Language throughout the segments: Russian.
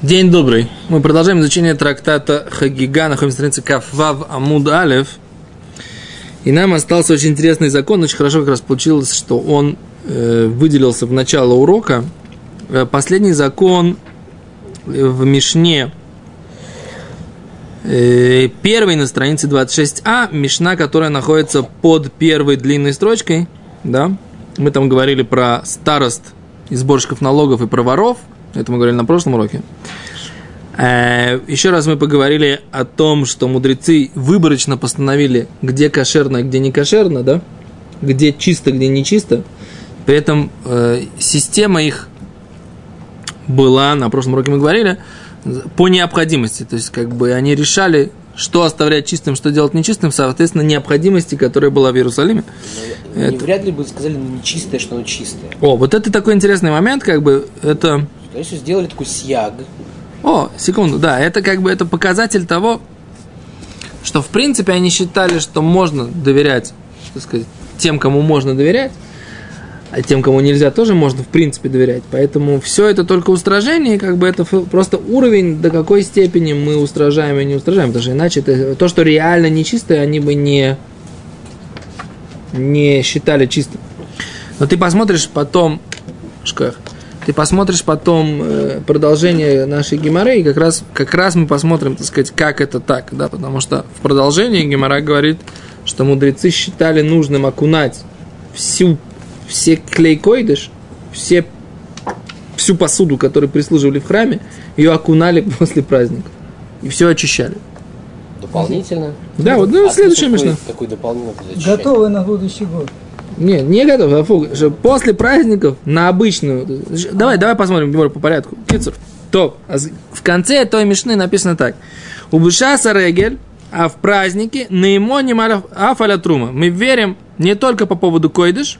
День добрый. Мы продолжаем изучение трактата Хагига, находимся на странице Кафвав Амуд Алеф. И нам остался очень интересный закон. Очень хорошо как раз получилось, что он выделился в начало урока. Последний закон в Мишне, первый на странице 26а, Мишна, которая находится под первой длинной строчкой. Да? Мы там говорили про старост и сборщиков налогов и про воров. Это мы говорили на прошлом уроке. Еще раз мы поговорили о том, что мудрецы выборочно постановили, где кошерно, а где не кошерно, да? Где чисто, где не чисто. При этом система их была, на прошлом уроке мы говорили, по необходимости. То есть, как бы они решали, что оставлять чистым, что делать нечистым, соответственно, необходимости, которая была в Иерусалиме. Вряд ли бы сказали, нечистое, что оно чистое. О, вот это такой интересный момент, как бы, это... Конечно, сделали такой сьяг. О, секунду, да, это как бы это показатель того, что в принципе они считали, что можно доверять, так сказать, тем, кому можно доверять, а тем, кому нельзя, тоже можно в принципе доверять. Поэтому все это только устражение, как бы это просто уровень, до какой степени мы устражаем и не устражаем, потому что иначе это, то, что реально нечистое, они бы не считали чистым. Но ты посмотришь потом, продолжение нашей гемары, и как раз мы посмотрим, так сказать, как это так, да, потому что в продолжении гемара говорит, что мудрецы считали нужным окунать все клей-койдыш, всю посуду, которую прислуживали в храме, ее окунали после праздников, и все очищали. Дополнительно? Да, вот, следующая Мишна. Какой дополнительный? Готовы на будущий год. Не готов, после праздников на обычную. Давай посмотрим Гемару по порядку. Кицур. То, в конце той Мишны написано так. Убышаса регель, а в празднике наимони афаля трума. Мы верим не только по поводу койдыш,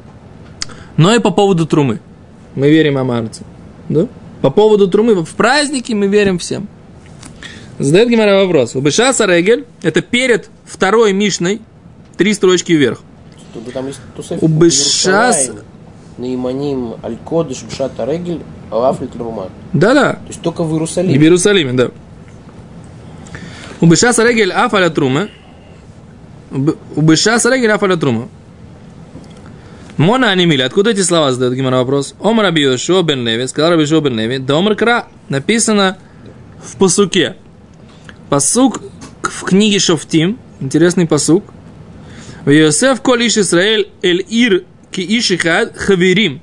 но и по поводу трумы. Мы верим амарцам. Да? По поводу трумы в празднике мы верим всем. Задает Гемара вопрос. Убышаса регель, это перед второй Мишной, 3 строчки вверх. Там есть Убышас наиманим аль-кодыш бшата регель алафлит лрума. Да. То есть только в Иерусалиме. И в Иерусалиме, да. Убышаса регель афаля трума. Убышаса регель афаля трума. Мона анимили. Откуда эти слова задает Гемара вопрос? Омар Раби Йошуа бен Леви. Сказал Раби Йошуа бен Леви. Да омар кра. Написано в пасуке. Пасук в книге Шофтим. Интересный пасук. В Йосеф коль иш Исраэль эль ир ки иш ихад хаверим.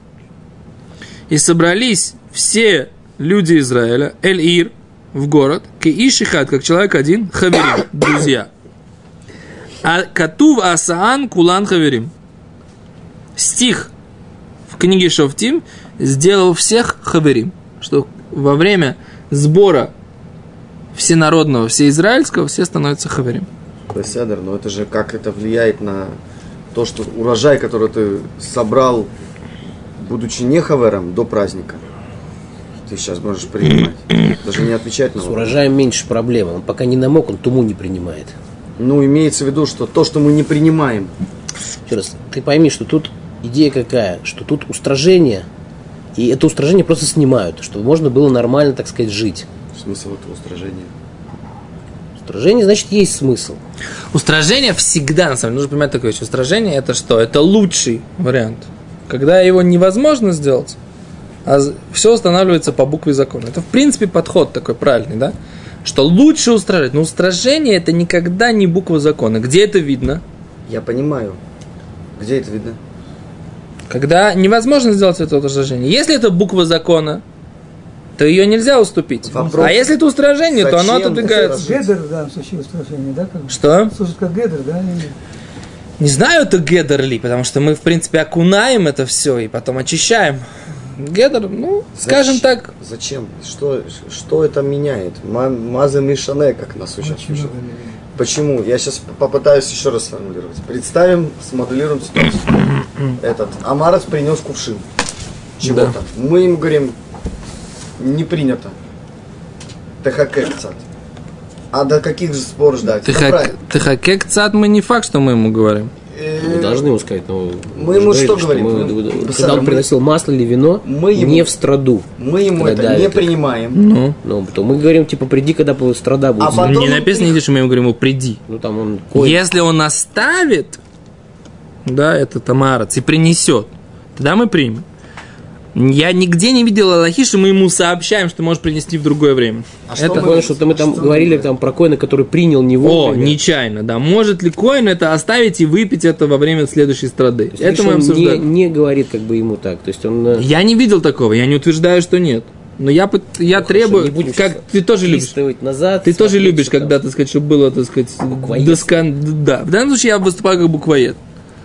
И собрались все люди Израиля, эль ир, в город, ки иш ихад, как человек один, хаверим, друзья. А катув асаан кулан хаверим. Стих в книге Шофтим сделал всех хаверим, что во время сбора всенародного, всеизраильского, все становятся хаверим. Беседер, но это же как это влияет на то, что урожай, который ты собрал, будучи не хавером, до праздника, ты сейчас можешь принимать. Даже не отвечать на вопрос. С урожаем меньше проблем. Он пока не намок, он туму не принимает. Ну, имеется в виду, что то, что мы не принимаем. Еще раз, ты пойми, что тут идея какая, что тут устражение, и это устражение просто снимают, чтобы можно было нормально, так сказать, жить. Смысл этого устражения? Устражение, значит, есть смысл. Устражение всегда, на самом деле, нужно понимать такое вещь. Устражение это что? Это лучший вариант. Когда его невозможно сделать, а все устанавливается по букве закона. Это, в принципе, подход такой правильный, да? Что лучше устражать. Но устражение это никогда не буква закона. Где это видно? Я понимаю. Где это видно? Когда невозможно сделать это устражение. Если это буква закона, то ее нельзя уступить. Вопрос. А если это устражение, то оно отодвигается. Гедер, да, в случае устражения, да? Как Что? Слушает как гедер, да? Не знаю, это гедер ли, потому что мы, в принципе, окунаем это все и потом очищаем. Гедер, скажем так. Зачем? Что это меняет? Маза Мишане, как нас учат. Почему? Я сейчас попытаюсь еще раз сформулировать. Представим, смоделируем ситуацию. Этот амарец принес кувшин чего-то. Да. Мы ему говорим, не принято. Техакек цат. А до каких же спор ждать? Техакек цат мы не факт, что мы ему говорим. Мы должны ему сказать, но мы ему что говорим? Когда он приносил масло или вино, не в страду. Мы ему это не принимаем. То мы говорим, типа, приди, когда страда будет. Не написано нигде, что мы ему говорим, приди. Там он если он оставит, да, этот амарец и принесет, тогда мы примем. Я нигде не видел алахи, что мы ему сообщаем, что можешь принести в другое время. Что мы там говорили про коина, который принял не вовремя. Нечаянно, да. Может ли коин это оставить и выпить это во время следующей страды? Это мы обсуждали. Не говорит как бы ему так. То есть он... Я не видел такого, я не утверждаю, что нет. Но я требую, как ты тоже любишь. Назад, ты тоже любишь, когда, так сказать, чтобы было, так сказать, да. В данном случае я выступаю как буквоед.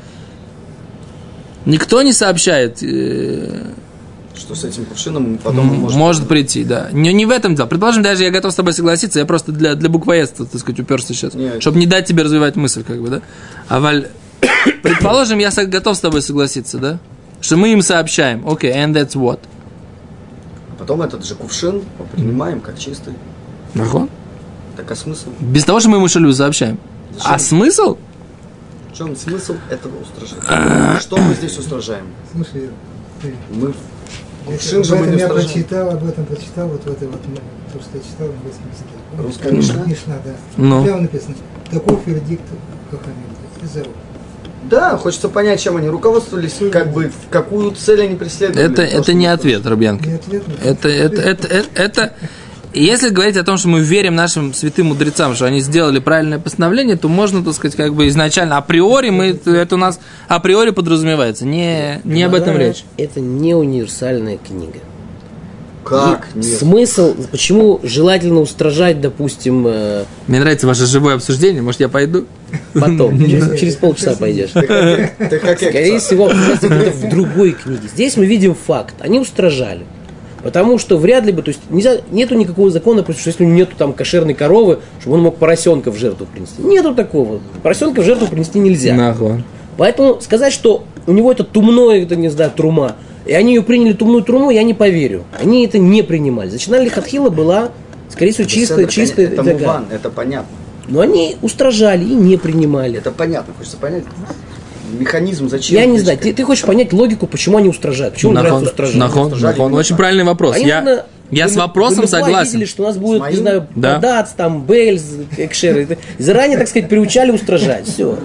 Никто не сообщает... Что с этим кувшином потом может прийти, да. Не в этом дело. Предположим, даже я готов с тобой согласиться, я просто для буквоедства, так сказать, уперся сейчас. Чтобы не дать тебе развивать мысль, как бы, да. Предположим, я готов с тобой согласиться, да. Что мы им сообщаем. Окей, and that's what. А потом этот же кувшин мы принимаем как чистый. Нахон? Так а смысл? Без того, что мы ему шалю сообщаем. Зачем? А смысл? В чем смысл этого устражения? Что мы здесь устражаем? Слушай, мы... Я прочитал, об этом прочитал, вот в этой вот, то, что я читал в английском языке. Русская Мишна? Мишна, да. Прямо написано, такой вердикт Хахамим. Да, хочется понять, чем они руководствовались, как бы, в какую цель они преследовали. Это не ответ, Рабьянка. Это если говорить о том, что мы верим нашим святым мудрецам, что они сделали правильное постановление, то можно, так сказать, как бы изначально, априори, это у нас априори подразумевается. Не об этом речь. Это не универсальная книга. Как? Нет. Смысл, почему желательно устражать, допустим... Мне нравится ваше живое обсуждение, может, я пойду? Потом, через полчаса пойдешь. Скорее всего, обсуждать это в другой книге. Здесь мы видим факт. Они устражали. Потому что вряд ли бы, то есть нету никакого закона, что если нету там кошерной коровы, чтобы он мог поросенка в жертву принести. Нету такого. Поросенка в жертву принести нельзя. Нахуй. Поэтому сказать, что у него это тумное, это не знаю, трума, и они ее приняли тумную труму, я не поверю. Они это не принимали. Зачинали хатхила была, скорее всего, чистая. Это муван, это понятно. Но они устражали и не принимали. Это понятно, хочется понять. Механизм зачем? Я не знаю, ты хочешь понять логику, почему они устражают. Почему нравится устражать? Нахон. Очень правильный вопрос. Я с вопросом согласен. Видели, что у нас будет, не знаю, Бадац, там, Бельз, Экшер. Заранее, так сказать, приучали устражать. Все.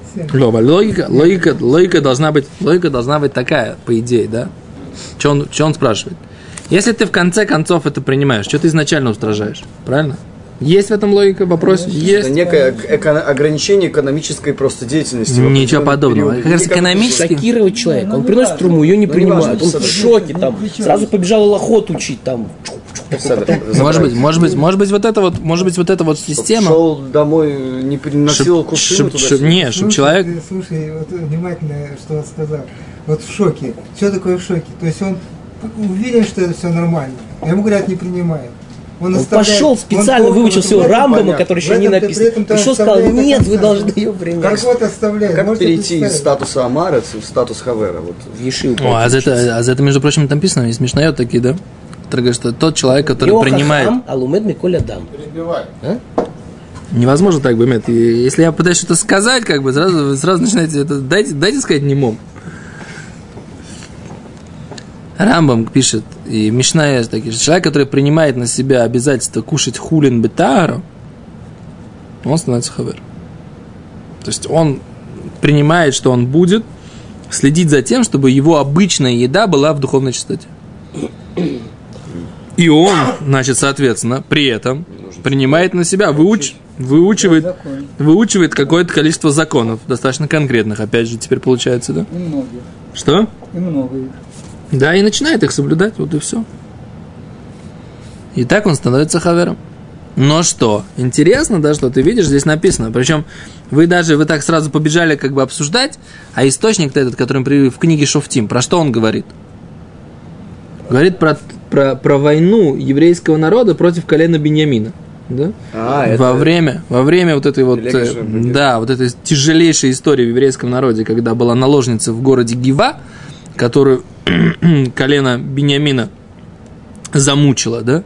Логика должна быть такая, по идее, да? Что он спрашивает? Если ты в конце концов это принимаешь, что ты изначально устражаешь? Правильно? Есть в этом логика? Вопрос? Есть. Это некое ограничение экономической просто деятельности. Ничего подобного. Как раз экономически. Шокировать человека. Он приносит труму, ее не принимают. Он в шоке там. Сразу побежал лохот учить там. Может быть, вот эта вот система. Шел домой, не приносил кувшин туда. Нет, чтобы человек. Слушай, вот внимательно, что он сказал. Вот в шоке. Что такое в шоке? То есть он уверен, что это все нормально. А ему говорят, не принимаем. Он пошел специально, выучил всего Рамбама, который еще не написан. Пришел, сказал, нет, вы должны ее принять. Как перейти из статуса Амарец в статус Хавера? Вот. В Ешиву. А за это, между прочим, там написано, есть смешные такие, да? Который говорит, что тот человек, который принимает... Невозможно так, Бемет. Если я пытаюсь что-то сказать, как бы, сразу начинаете... Дайте сказать немом. Рамбам пишет, и Мишна есть такие, что человек, который принимает на себя обязательство кушать хулин бетаару, он становится хавер. То есть он принимает, что он будет следить за тем, чтобы его обычная еда была в духовной чистоте. И он, значит, соответственно, при этом принимает на себя, выучивает какое-то количество законов, достаточно конкретных, опять же, теперь получается, да? И многие. Что? И много их. Да, и начинает их соблюдать, вот и все. И так он становится хавером. Но что? Интересно, да, что ты видишь, здесь написано. Причем вы так сразу побежали как бы обсуждать, а источник-то этот, который мы привели в книге Шофтим, про что он говорит? Говорит про войну еврейского народа против колена Биньямина. Да? Во время вот этой вот, вот этой тяжелейшей истории в еврейском народе, когда была наложница в городе Гива, которую колено Биньямина замучило, да?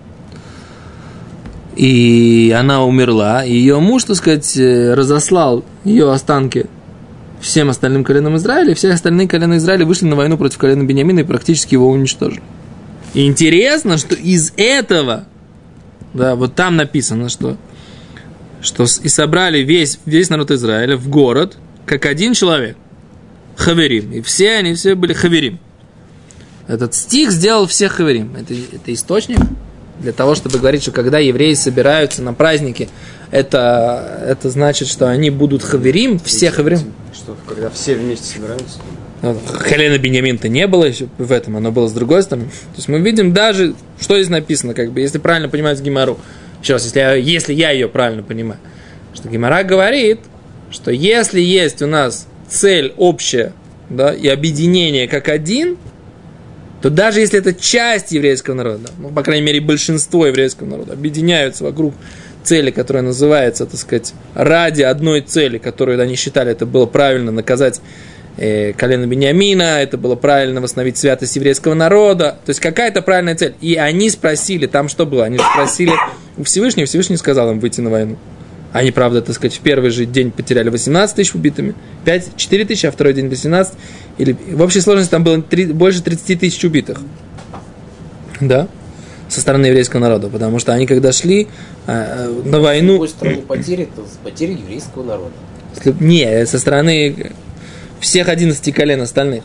И она умерла, и ее муж, так сказать, разослал ее останки всем остальным коленам Израиля, и все остальные колена Израиля вышли на войну против колена Биньямина и практически его уничтожили. И интересно, что из этого, да, вот там написано, что и собрали весь народ Израиля в город, как один человек, хаверим, и они все были хаверим. Этот стих сделал всех хаверим. Это источник для того, чтобы говорить, что когда евреи собираются на праздники, это значит, что они будут хаверим, все хаверим. Что когда все вместе собираются. Колена Биньямин-то не было еще в этом, оно было с другой стороны. То есть мы видим даже, что здесь написано, как бы, если правильно понимать Гемару. Еще раз, если я ее правильно понимаю, что Гемара говорит, что если есть у нас цель общая, да, и объединение как один, то даже если это часть еврейского народа, ну, по крайней мере, большинство еврейского народа объединяются вокруг цели, которая называется, так сказать, ради одной цели, которую они считали, это было правильно наказать колено Биньямина, это было правильно восстановить святость еврейского народа, то есть какая-то правильная цель. И они спросили, там что было? Они спросили у Всевышнего, Всевышний сказал им выйти на войну. Они, правда, так сказать, в первый же день потеряли 18 тысяч убитыми, 4 тысячи, а второй день 18. Или в общей сложности там было больше 30 тысяч убитых. Да? Со стороны еврейского народа. Потому что они, когда шли на войну... С какой стороны потери, то потери еврейского народа. Не, со стороны всех 11 колен остальных.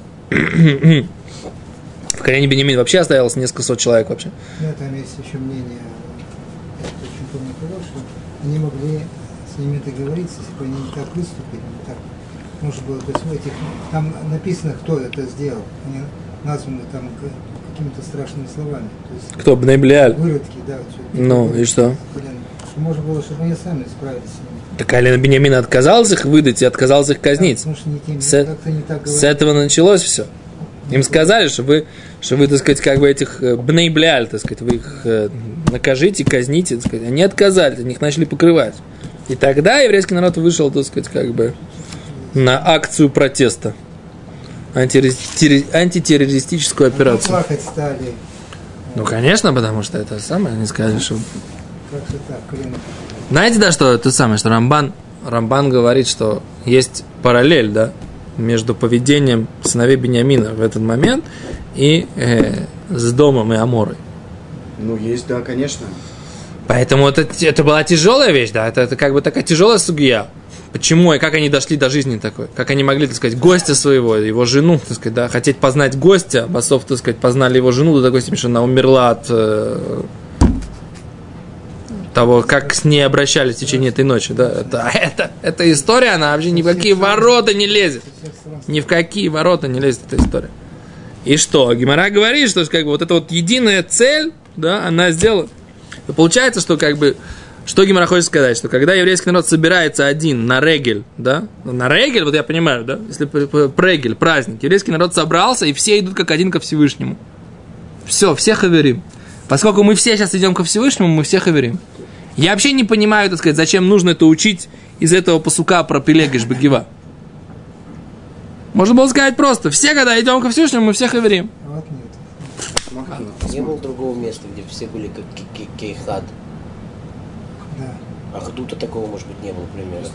В колене Биньямина вообще оставилось несколько сот человек вообще. Да, там есть еще мнение, я очень помню, что они могли с ними договориться, если бы они не так выступили, не так можно было, то есть в этих, там написано, кто это сделал, они названы там какими-то страшными словами. То есть, кто? Бней Блеаль? Выродки, да. Ну, и что? Можно было, чтобы они сами справились с ними. Так колено Биньямина отказался их выдать и отказался их казнить. Да, с этого началось все. Им сказали, что вы, так сказать, как бы этих бней бляль, так сказать, вы их накажите, казните, так сказать. Они отказались, они их начали покрывать. И тогда еврейский народ вышел, так сказать, как бы на акцию протеста. Антитеррористическую операцию. Плакать стали. Ну, конечно, потому что это самое, они сказали, что... Как же так, блин. Знаете, да, что это самое, что Рамбан говорит, что есть параллель, да, между поведением сыновей Биньямина в этот момент и с Домом и Аморой. Ну, есть, да, конечно. Поэтому это была тяжелая вещь, да, это как бы такая тяжелая сугья. Почему и как они дошли до жизни такой? Как они могли, так сказать, гостя своего, его жену, так сказать, да, хотеть познать гостя, басов, так сказать, познали его жену до такой степени, что она умерла от того, как с ней обращались в течение этой ночи, да, эта история, она вообще ни в какие ворота не лезет. Ни в какие ворота не лезет эта история. И что? Гемара говорит, что как бы вот эта вот единая цель, да, она сделала. И получается, что как бы, что Гемара хочет сказать, что когда еврейский народ собирается один на регель, да, на регель, вот я понимаю, да, если прегель, праздник, еврейский народ собрался, и все идут как один ко Всевышнему. Все хаверим. Поскольку мы все сейчас идем ко Всевышнему, мы все хаверим. Я вообще не понимаю, так сказать, зачем нужно это учить из этого пасука про Пелегеш Бегива. Можно было сказать просто, все, когда идем ко Всевышнему, мы все хаверим. Вот нет. Не было другого места, где все были как кейхад. Да. Ахдута такого, может быть, не было, примерно.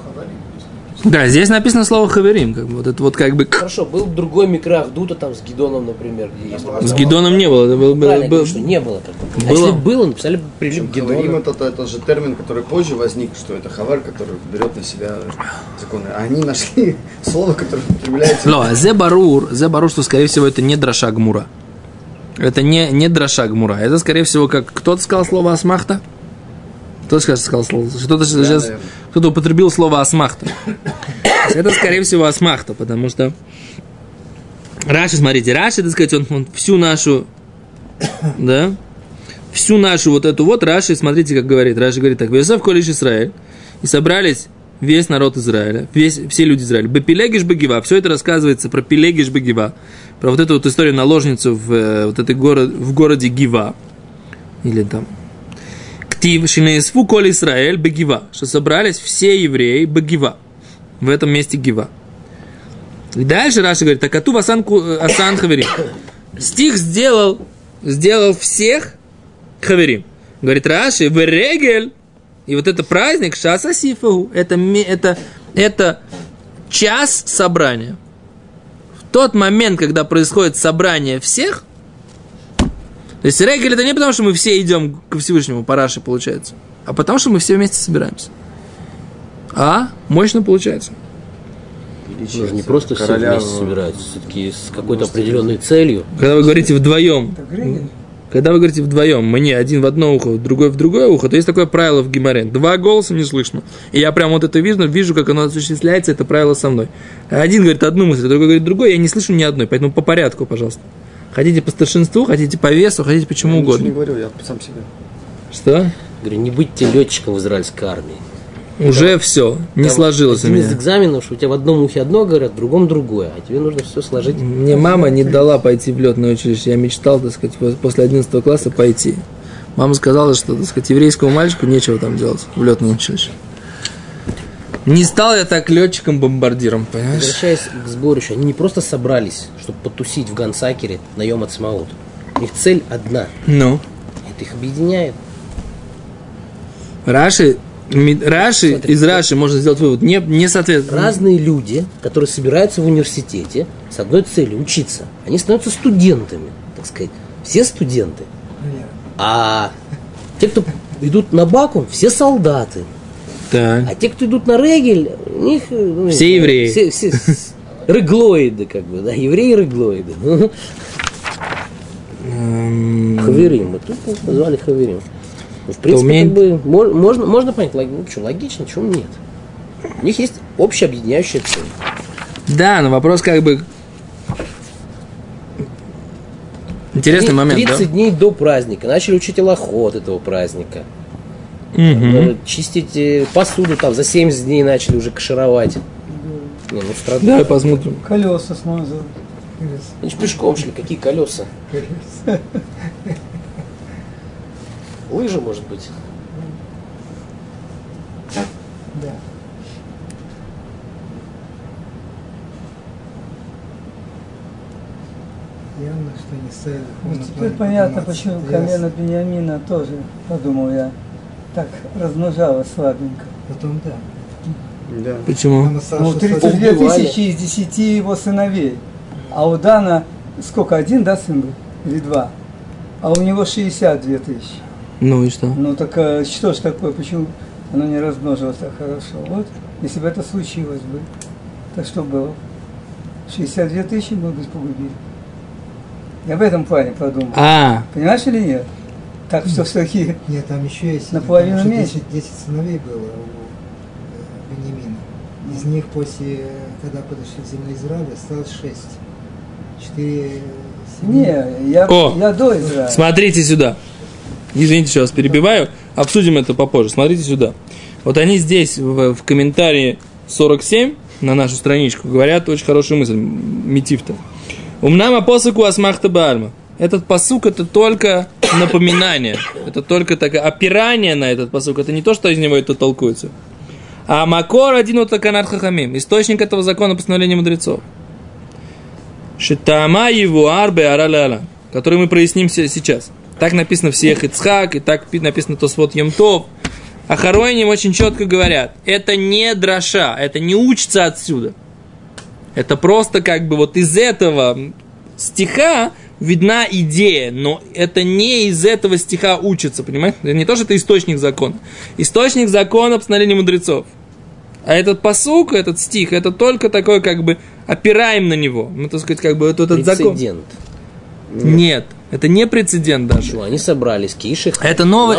Да, здесь написано слово хаверим, как бы, вот это вот как бы... Хорошо, был другой микро Ахдута там с Гидоном, например, где есть. С Гидоном не было. Правильно, что не было. Как бы. А если было, написали прилив Гидоном. Гидона. Это же термин, который позже возник, что это хавар, который берет на себя законы. А они нашли слово, которое употребляется... Но, зе барур, что, скорее всего, это не драша гмура. Это не драша гмура. Это, скорее всего, как кто-то сказал слово асмахта. Кто сказал слово? Кто-то употребил слово асмахта. Это, скорее всего, асмахта, потому что Раши, смотрите, так сказать, он всю нашу, да, всю нашу вот эту вот Раши, смотрите, как говорит. Раши говорит так: «Весов колиш Исраэль», и собрались весь народ Израиля, все люди Израиля. Бепилегиш бегива, все это рассказывается про Пилегиш бегива, про вот эту вот историю наложницу в городе Гива, или там Ктив шинеисфу коль Исраэль бегива, что собрались все евреи бегива, в этом месте Гива. И дальше Раши говорит: «Такату асан хаверим». Стих сделал всех хаверим. Говорит Раши: «Верегель». И вот это праздник Шаса Сифаху, это час собрания. В тот момент, когда происходит собрание всех, то есть регель это не потому, что мы все идем ко Всевышнему, по Раши получается, а потому, что мы все вместе собираемся. А мощно получается. Мы же не просто все вместе собираются, все-таки с какой-то определенной целью. Когда вы говорите вдвоем, мне один в одно ухо, другой в другое ухо, то есть такое правило в Гемаре. 2 голоса не слышно. И я прям вот это вижу, как оно осуществляется, это правило со мной. Один говорит одну мысль, другой говорит другой, я не слышу ни одной, поэтому по порядку, пожалуйста. Хотите по старшинству, хотите по весу, хотите почему угодно. Я ничего не говорю, я сам себе. Что? Говорю, не будьте летчиком в израильской армии. Уже все, не сложилось у меня. Один из экзаменов, что у тебя в одном ухе одно говорят, в другом другое, а тебе нужно все сложить. Мне мама не дала пойти в летное училище. Я мечтал, так сказать, после 11 класса пойти. Мама сказала, что, так сказать, еврейскому мальчику нечего там делать в летном училище. Не стал я так летчиком-бомбардиром, понимаешь? Возвращаясь к сборищу, они не просто собрались, чтобы потусить в Гансакере на Йом Ацмаут. У них цель одна. Ну? Это их объединяет. Раши, из Раши можно сделать вывод, не соответствует. Разные люди, которые собираются в университете с одной целью – учиться, они становятся студентами, так сказать. Все студенты. А те, кто идут на Бакум, все солдаты. Так. А те, кто идут на Регель, у них… все евреи. Все реглоиды, как бы, да, евреи-реглоиды. Хаверим, мы тут назвали Хаверим. В принципе, как бы, можно понять, логично, чего нет. У них есть общая объединяющая цель. Да, но вопрос как бы… Интересный момент, 30 дней до праздника начали учить алахот этого праздника. Чистить посуду там за 70 дней начали уже кашировать. Давай посмотрим. Колеса смазывают. Они же пешком шли, какие колеса? Лыжи, может быть. Да. Явно, что не ставили. Ну, теперь понятно, почему колено Беньямина тоже, подумал я, так размножалось слабенько. Потом да. Да. Почему? Ну, 32 тысячи из 10 его сыновей. А у Дана сколько, 1, да, сын был? Или 2? А у него 62 тысячи. Ну и что? Ну так что ж такое, почему оно не размножилось так хорошо? Вот, если бы это случилось бы, так что было? 62 тысячи, может быть, погубили. Я в этом плане подумал. Понимаешь или нет? Так что такие. Нет, там еще есть. Наполовину меньше. 10 сыновей было у Беньямина. Из них после, когда подошли к земле Израиля, осталось 6. 4 семьи. Не, я до Израиля. Смотрите сюда. Извините, что вас перебиваю. Обсудим это попозже. Смотрите сюда. Вот они здесь в комментарии 47 на нашу страничку говорят очень хорошую мысль. Митифта. Умнама посуку асмахта баарма. Этот пасук это только напоминание. Это только такое опирание на этот пасук. Это не то, что из него это толкуется. А макор один от таканат хахамим. Источник этого закона постановления мудрецов. Шитама его арбе араляла. Который мы проясним сейчас. Так написано в Сиех Ицхак, и так написано Тосфот Йом Тов. А Хароиним очень четко говорят, это не драша, это не учится отсюда. Это просто как бы вот из этого стиха видна идея, но это не из этого стиха учится, понимаете? Это не то, что это источник закона. Источник закона постановления мудрецов. А этот пасук, этот стих, это только такой как бы опираем на него. Мы, так сказать, как бы вот этот закон. Прецедент. Нет. Это не прецедент даже. Почему? Они собрались, киши. Это новое.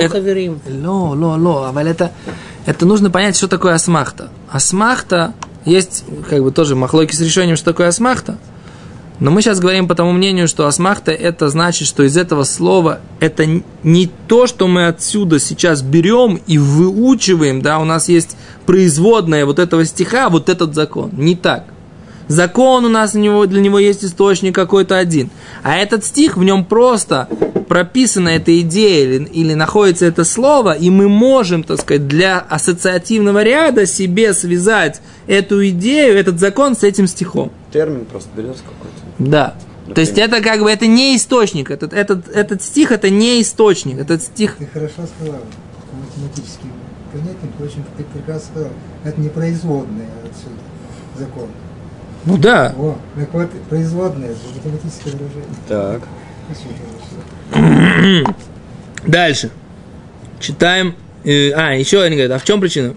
Это нужно понять, что такое асмахта. Асмахта есть, как бы тоже махлойки с решением, что такое асмахта. Но мы сейчас говорим по тому мнению, что асмахта это значит, что из этого слова это не то, что мы отсюда сейчас берем и выучиваем, да, у нас есть производная вот этого стиха, вот этот закон. Не так. Закон у нас для него есть источник какой-то один. А этот стих, в нем просто прописана эта идея или находится это слово, и мы можем, так сказать, для ассоциативного ряда себе связать эту идею, этот закон с этим стихом. Термин просто берется какой-то. Да. Например. То есть это как бы это не источник. Этот стих это не источник. Этот стих. Ты хорошо сказал. По математическим понятиям ты очень прекрасно сказал. Это не производное отсюда. закон. Ну да. О, так вот, производное, математическое выражение. Так. Дальше. Читаем. Еще они говорят, а в чем причина?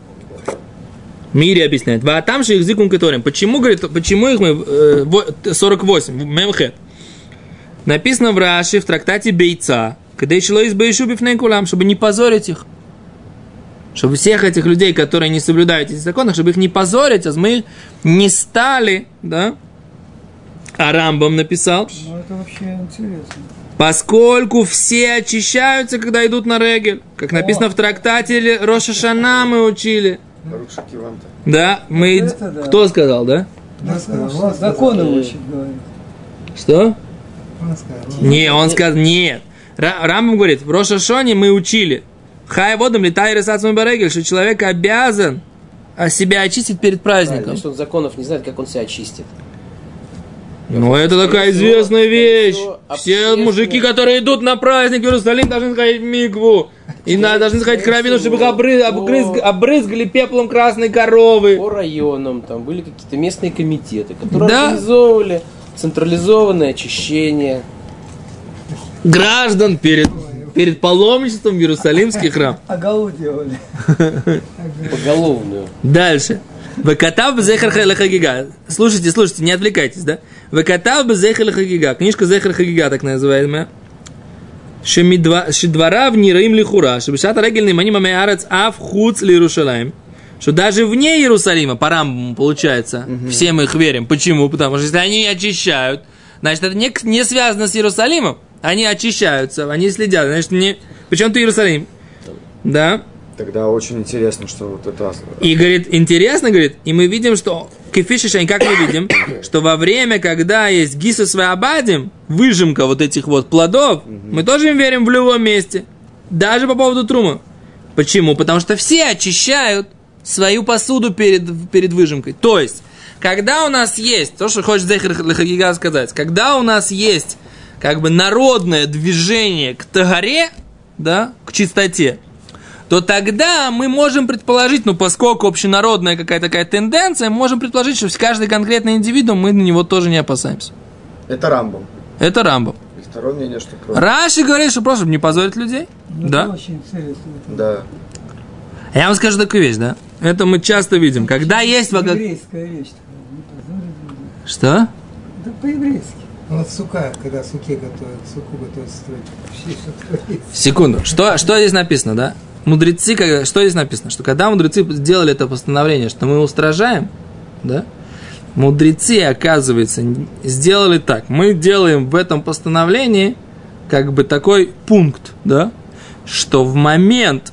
Мири объясняет. А там же их зикун которым. Почему, говорит, почему их мы 48, мемхет. Написано в Раши, в трактате Бейца, когда еще из Бейшу бифнейкулам, чтобы не позорить их. Чтобы всех этих людей, которые не соблюдают эти законы, чтобы их не позорить, а мы не стали, да? А Рамбам написал. Ну, это вообще интересно. Поскольку все очищаются, когда идут на регель. Как написано в трактате Рош ха-Шана мы учили. Да, мы... Это да. Кто сказал, да? Законы учат, говорит. Что? Не, он сказал, нет. Рамбам говорит, в Рош ха-Шане мы учили. Хай водом летай ресацмой барегель, что человек обязан себя очистить перед праздником. Что он законов не знает, как он себя очистит. Ну, это такая известная вещь. Все мужики, которые идут на праздник в Иерусалим, должны сходить в микву. И должны сходить к раввину, чтобы их обрызгали пеплом красной коровы. По районам там были какие-то местные комитеты, которые организовывали централизованное очищение граждан перед паломничеством в Иерусалимский храм. Агалу делали. Поголовную. Дальше. Векатав б'зехер хагига. Слушайте, не отвлекайтесь, да? Векатав б'зехер хагига. Книжка Зехер хагига, так называемая. Шедварав нираим лихура. Шебешата регельный маним амеарец ав хуц ли Иерусалим. Что даже вне Иерусалима, по Рамбаму получается, все мы их верим. Почему? Потому что если они очищают, значит, это не связано с Иерусалимом. Они очищаются, они следят. Значит, причем ты Иерусалим. Да? Тогда очень интересно, что вот это... И говорит, интересно, говорит, и мы видим, что кефишишань, как мы видим, что во время, когда есть гисус веабадим, выжимка вот этих вот плодов, мы тоже им верим в любом месте. Даже по поводу трума. Почему? Потому что все очищают свою посуду перед выжимкой. То есть, когда у нас есть, то, что хочет Зехер хагига сказать, когда у нас есть как бы народное движение к тагаре, да, к чистоте, то тогда мы можем предположить, поскольку общенародная какая-то такая тенденция, мы можем предположить, что каждый конкретный индивидуум, мы на него тоже не опасаемся. Это Рамбам. Это Рамбам. И второе мнение, что просто... Раши говорит, что просто чтобы не позорить людей. Да. Это очень интересно. Да. Я вам скажу такую вещь, да? Это мы часто видим. Когда есть... Еврейская вещь. Не позорить людей. Что? Да по-еврейски. Ну, вот сука, когда суке готовят, суку готовят строить. Секунду. Что здесь написано, да? Мудрецы, что здесь написано? Что когда мудрецы сделали это постановление, что мы устражаем, да? Мудрецы, оказывается, сделали так. Мы делаем в этом постановлении как бы такой пункт, да? Что в момент,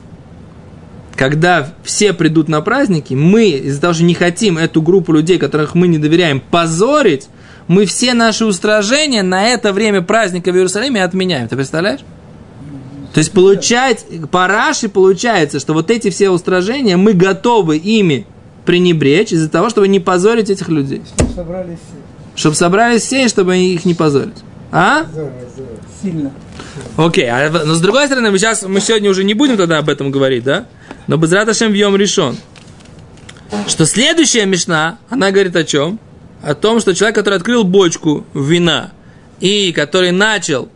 когда все придут на праздники, мы из-за того, что не хотим эту группу людей, которых мы не доверяем, позорить, мы все наши устражения на это время праздника в Иерусалиме отменяем. Ты представляешь? То есть по Раши получается, что вот эти все устражения мы готовы ими пренебречь из-за того, чтобы не позорить этих людей. Чтобы собрались все, и чтобы их не позорить. А? Сильно. Окей, но с другой стороны, мы сегодня уже не будем тогда об этом говорить, да? Но Безрат Ашем в Йом Ришон. Что следующая мишна, она говорит о чем? О том, что человек, который открыл бочку вина и который начал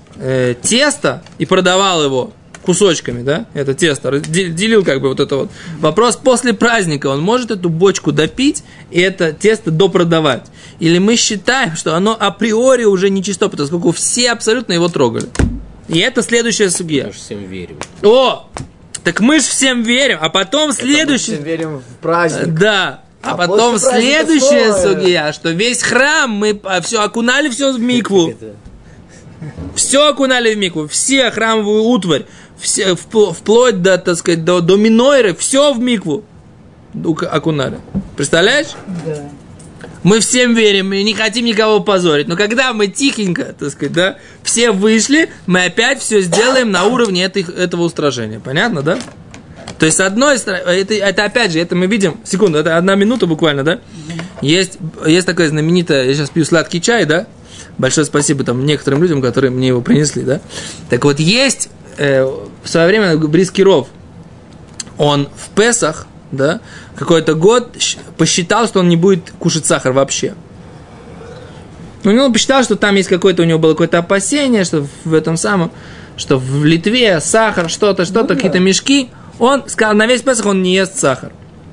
тесто и продавал его кусочками, да, это тесто, делил как бы вот это вот. Вопрос, после праздника он может эту бочку допить и это тесто допродавать? Или мы считаем, что оно априори уже нечисто, поскольку все абсолютно его трогали? И это следующая сугья. Мы же всем верим. О! Так мы же всем верим, а потом следующий... Мы всем верим в праздник. Да. А потом следующая сугья, что весь храм мы все окунали все в микву. Все окунали в микву, все храмовую утварь, все, вплоть до, так сказать, до минойры, все в микву окунали. Представляешь? Да. Мы всем верим и не хотим никого позорить. Но когда мы тихенько, так сказать, да, все вышли, мы опять все сделаем на уровне этого устражения. Понятно, да? То есть, с одной стороны, это опять же, это мы видим, секунду, это 1 минута буквально, да? Есть такое знаменитое, я сейчас пью сладкий чай, да? Большое спасибо там некоторым людям, которые мне его принесли, да? Так вот, есть в свое время Брис Киров, он в Песах, да, какой-то год посчитал, что он не будет кушать сахар вообще. Он посчитал, что там есть какое-то, у него было какое-то опасение, что в этом самом, что в Литве сахар, что-то, какие-то мешки. Он сказал, на весь Песах он не ест сахар.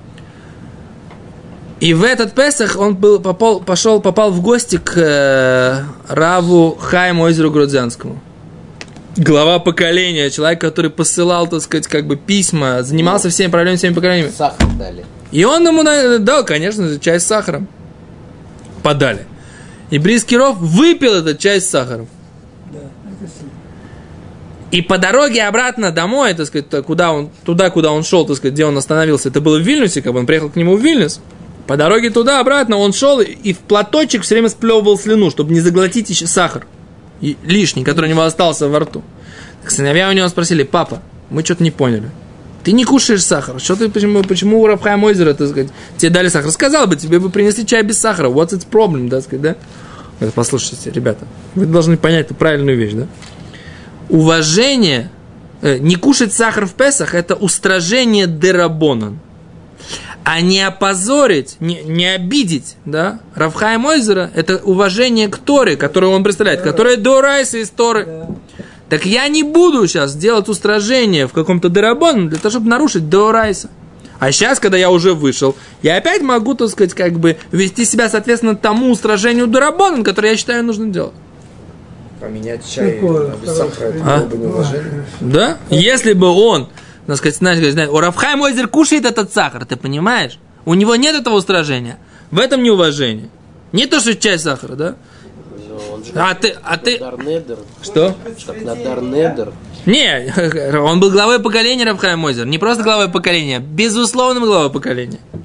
И в этот Песах он попал в гости к Раву Хайму Ойзеру Грудзянскому. Глава поколения, человек, который посылал, так сказать, как бы письма, занимался всеми проблемами, всеми поколениями. Сахар дали. И он ему дал, конечно же, чай с сахаром. Подали. И Брискиров выпил этот чай с сахаром. Да, это сильно. И по дороге обратно домой, так сказать, куда он шел, так сказать, где он остановился, это было в Вильнюсе, как бы он приехал к нему в Вильнюс. По дороге туда-обратно он шел и в платочек все время сплевывал слюну, чтобы не заглотить еще сахар лишний, который у него остался во рту. Так сыновья у него спросили: папа, мы что-то не поняли. Ты не кушаешь сахар. Почему у Рав Хаим Ойзера, так сказать, тебе дали сахар? Сказал бы, тебе бы принесли чай без сахара. What's its problem, так сказать, да? Послушайте, ребята, вы должны понять эту правильную вещь, да? Уважение, не кушать сахар в Песах, это устражение дерабонан. А не опозорить, не обидеть, да, Рав Хаим Ойзера, это уважение к Торе, которую он представляет, которая дорайса из Торы. Так я не буду сейчас делать устражение в каком-то дерабоне для того, чтобы нарушить дорайса. А сейчас, когда я уже вышел, я опять могу, так сказать, как бы вести себя соответственно тому устражению дерабона, которое я считаю нужно делать. Поменять чай без сахара, это было бы неуважение. Да? Если бы он, так сказать, знаешь, Рав Хаим Ойзер кушает этот сахар, ты понимаешь? У него нет этого устражения. В этом неуважение. Не то, что чай сахара, да? Ты... Надар-недер. Что? Как Надар-недер. Не, он был главой поколения Рав Хаим Ойзер. Не просто главой поколения, безусловным главой поколения.